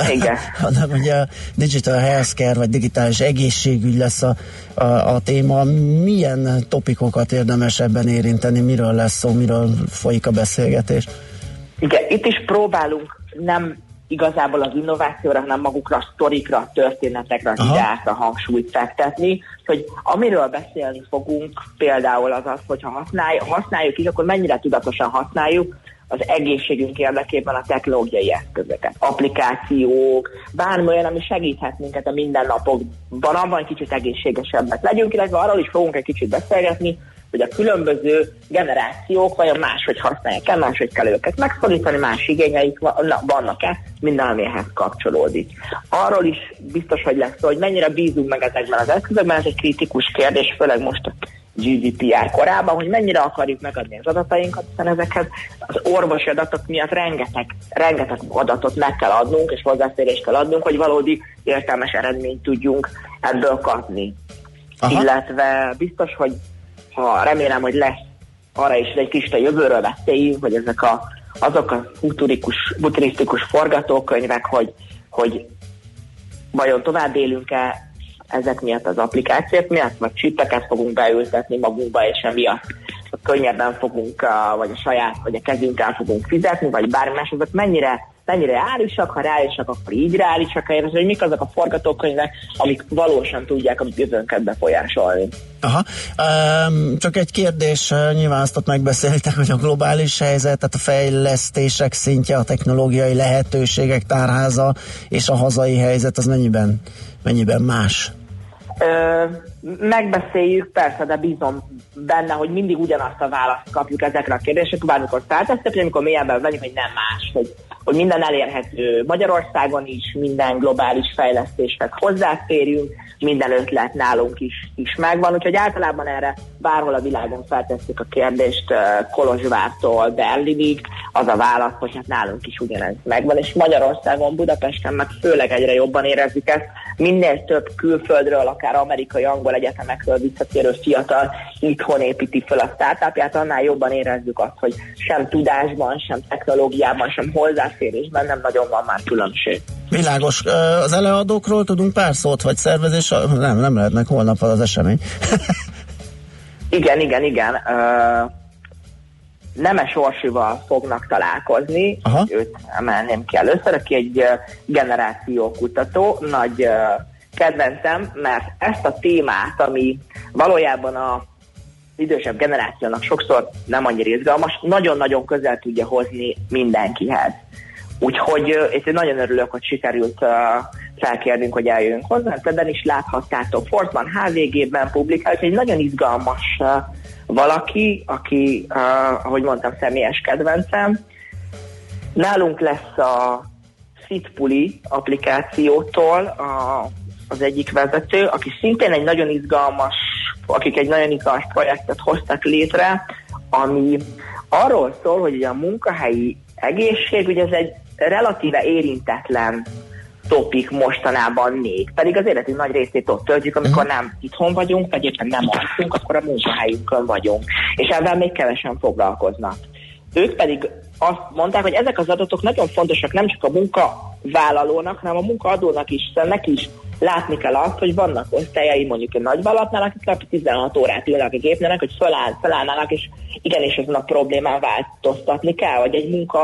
hanem ugye a digital healthcare, vagy digitális egészségügy lesz a téma. Milyen topikokat érdemes ebben érinteni, miről lesz szó, miről folyik a beszélgetés? Igen, itt is próbálunk nem igazából az innovációra, hanem magukra, a sztorikra, történetekre, az ideákra hangsúlyt fektetni, hogy amiről beszélni fogunk, például az, hogyha használjuk is, akkor mennyire tudatosan használjuk az egészségünk érdekében a technológiai eszközöket, applikációk, bármi olyan, ami segíthet minket a mindennapokban, abban kicsit egészségesebbek legyünk, illetve arról is fogunk egy kicsit beszélgetni, hogy a különböző generációk vajon máshogy használják el, máshogy kell őket megszólítani, más igényeik vannak-e, minden, ami ehhez kapcsolódik. Arról is biztos, hogy lesz, hogy mennyire bízunk meg ezekben az eszközökben, ez egy kritikus kérdés, főleg most a GDPR korában, hogy mennyire akarjuk megadni az adatainkat, hiszen ezekhez az orvosi adatok miatt rengeteg adatot meg kell adnunk, és hozzáférést kell adnunk, hogy valódi értelmes eredményt tudjunk ebből kapni. Aha. Illetve biztos, hogy remélem, hogy lesz arra is egy kis a jövőről beszéljünk, hogy ezek azok a futurisztikus forgatókönyvek, hogy vajon tovább élünk-e ezek miatt, az applikációk miatt, vagy csipeket fogunk beültetni magunkba, és emiatt könnyebben fogunk, vagy a kezünkkel fogunk fizetni, vagy bármi más, azok mennyire reálisak, ha reálisak, akkor így reálisak, hogy mik azok a forgatókönyvek, amik valósan tudják a jövőnket befolyásolni. Aha. Csak egy kérdés, nyilván azt ott megbeszéltek, hogy a globális helyzet, tehát a fejlesztések szintje, a technológiai lehetőségek tárháza és a hazai helyzet, az mennyiben más? Megbeszéljük, persze, de bízom benne, hogy mindig ugyanazt a választ kapjuk ezekre a kérdésekre, bármikor feltesszük, hogy amikor mélyebben vagyunk, hogy nem más, hogy minden elérhető Magyarországon is, minden globális fejlesztéshez hozzáférjünk, minden ötlet nálunk is megvan, úgyhogy általában erre bárhol a világon feltesszük a kérdést, Kolozsvártól Berlinig, az a válasz, hogy hát nálunk is ugyanez megvan, és Magyarországon, Budapesten meg főleg egyre jobban érezzük ezt, minél több külföldről, akár amerikai, angol egyetemekről visszatérő fiatal itthon építi fel a startupját, annál jobban érezzük azt, hogy sem tudásban, sem technológiában, sem hozzáférésben nem nagyon van már különbség. Világos. Az előadókról tudunk pár szót, vagy szervezés? Nem lehetnek, holnap van az esemény. Igen. Nemes Orsival fognak találkozni. Aha. Őt emelném ki először, aki egy generációkutató, nagy kedvencem, mert ezt a témát, ami valójában az idősebb generációnak sokszor nem annyira izgalmas, nagyon-nagyon közel tudja hozni mindenkihez. Úgyhogy én nagyon örülök, hogy sikerült felkérnünk, hogy eljöjjünk hozzá. Ebben is láthattátok, Fortman HVG-ben publikált, egy nagyon izgalmas valaki, aki, ahogy mondtam, személyes kedvencem. Nálunk lesz a Fitpuli applikációtól az egyik vezető, aki szintén egy nagyon izgalmas, akik egy nagyon izgalmas projektet hoztak létre, ami arról szól, hogy a munkahelyi egészség, ugye ez egy relatíve érintetlen topik mostanában még, pedig az életünk nagy részét ott töltjük, amikor nem itthon vagyunk, vagy éppen nem alszunk, akkor a munkahelyünkön vagyunk, és ebben még kevesen foglalkoznak. Ők pedig azt mondták, hogy ezek az adatok nagyon fontosak nem csak a munkavállalónak, hanem a munkaadónak is, szóval neki is látni kell azt, hogy vannak osztályai mondjuk egy nagyvállalatnál, akik napi 16 órát ülnek a gépnének, hogy felállnának, és igenis ezen a problémán változtatni kell, vagy egy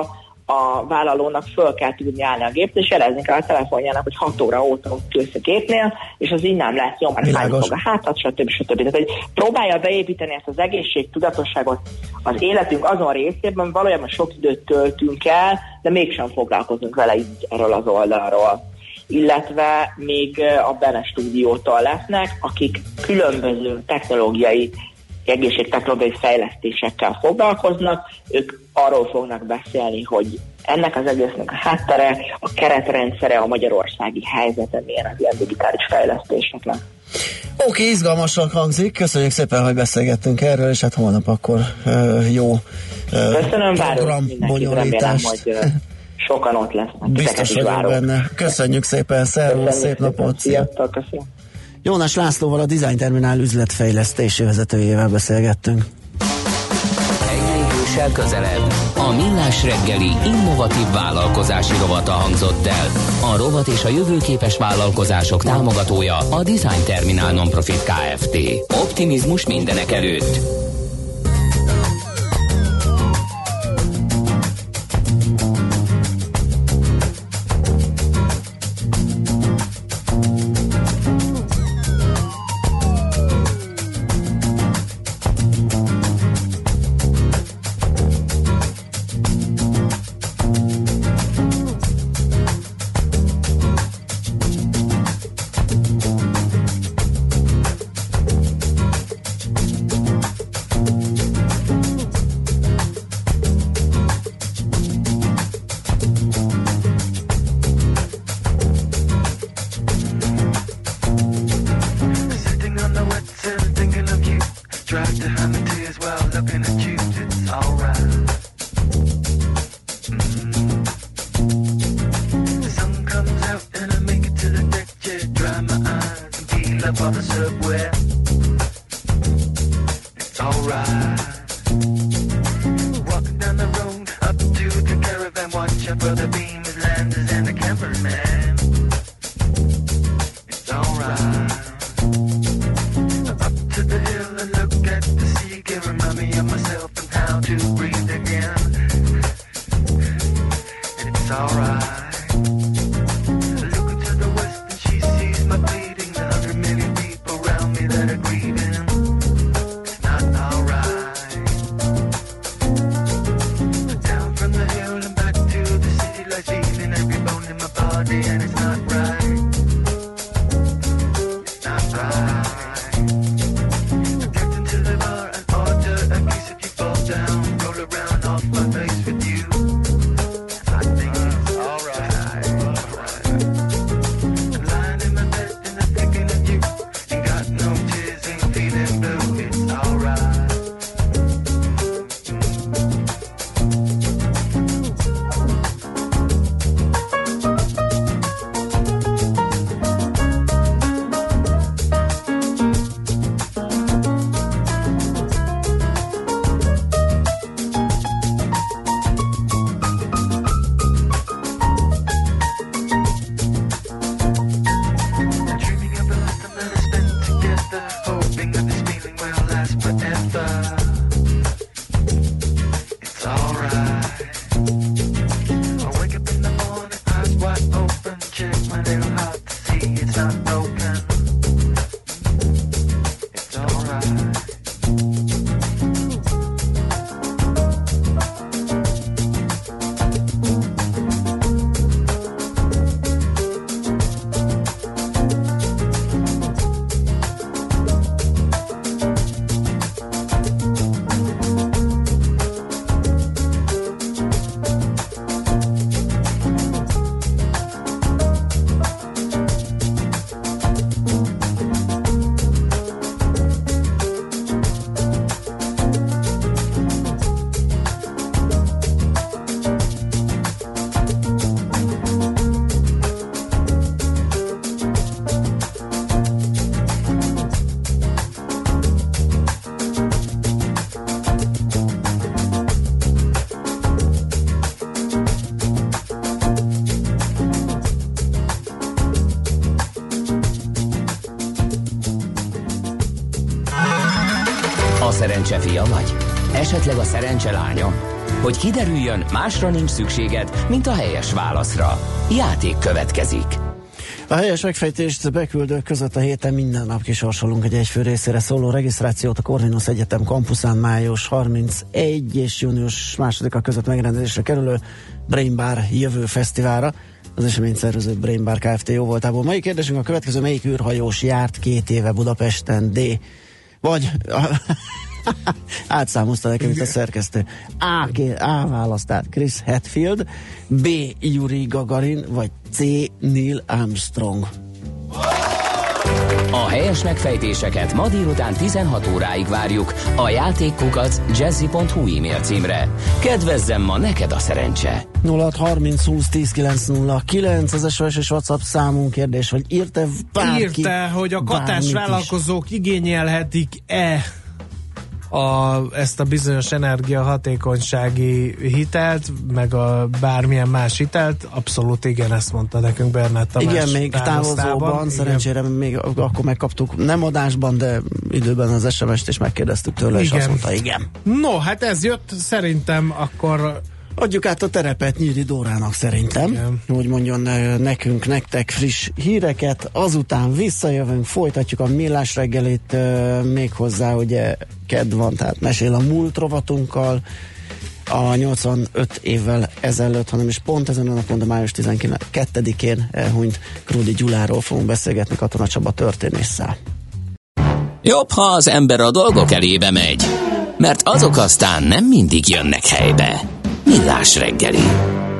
a vállalónak föl kell tudni állni a gépet, és jelezni kell a telefonjának, hogy 6 óra óta ott ülsz a gépnél, és az így nem lesz jó, mert fájni fog a hátat, stb. Tehát, hogy próbálja beépíteni ezt az egészségtudatosságot az életünk azon részében, valójában sok időt töltünk el, de mégsem foglalkozunk vele így erről az oldalról. Illetve még a Bene stúdiótól lesznek, akik különböző egészségtechnológiai fejlesztésekkel foglalkoznak, ők arról fognak beszélni, hogy ennek az egésznek a háttere, a keretrendszere, a magyarországi helyzete milyen az ilyen digitális fejlesztéseknek. Oké, izgalmasan hangzik, köszönjük szépen, hogy beszélgettünk erről, és hát holnap akkor jó programbonyolítást. Hogy sokan ott lesznek. Biztos vagyok benne. Köszönjük szépen, szervusz, szép napot! Sziasztok, köszönöm! Jónás Lászlóval, a Design Terminál üzletfejlesztési vezetőjével beszélgettünk. Egy lépéssel közelebb. A Millás reggeli innovatív vállalkozási rovata hangzott el. A rovat és a jövőképes vállalkozások támogatója a Design Terminál Non-Profit Kft. Optimizmus mindenek előtt. szerencse fia vagy? Esetleg a szerencse lánya? Hogy kiderüljön, másra nincs szükséged, mint a helyes válaszra. Játék következik. A helyes megfejtést beküldők között a héten minden nap kisorsolunk egy egyfő részére szóló regisztrációt a Corvinus Egyetem kampuszán május 31 és június 2-a között megrendezésre kerülő Brain Bar jövő fesztiválra. Az eseményt szervező Brain Bar Kft. Jó voltából. Mai kérdésünk a következő: melyik űrhajós járt 2 éve Budapesten? D. Vagy átszámozta nekem itt a szerkesztő. A választ, tehát Chris Hadfield, B. Yuri Gagarin, vagy C. Neil Armstrong. A helyes megfejtéseket ma délután 16 óráig várjuk a játékkukac jazzy.hu e-mail címre. Kedvezzem ma neked a szerencse! 0630 20 10 909 az SOS és WhatsApp számunk. Kérdés, hogy írte bárki? Írte, hogy a katás vállalkozók igényelhetik-e ezt a bizonyos energiahatékonysági hitelt, meg a bármilyen más hitelt. Abszolút igen, ezt mondta nekünk Bernát Tamás. Igen, még távozóban, szerencsére még akkor megkaptuk, nem adásban, de időben az SMS-t is megkérdeztük tőle, és azt mondta, igen. No, hát ez jött, szerintem akkor adjuk át a terepet Nyíri Dórának szerintem, igen, hogy mondjon nekünk, nektek friss híreket, azután visszajövünk, folytatjuk a Millás reggelit, méghozzá ugye kedd van, tehát mesél a múlt rovatunkkal, a 85 évvel ezelőtt, hanem is pont ezen a napon, de május 12-én elhunyt Krúdi Gyuláról fogunk beszélgetni Katona Csaba történésszel. Jobb, ha az ember a dolgok elébe megy, mert azok aztán nem mindig jönnek helybe. Millás reggeli.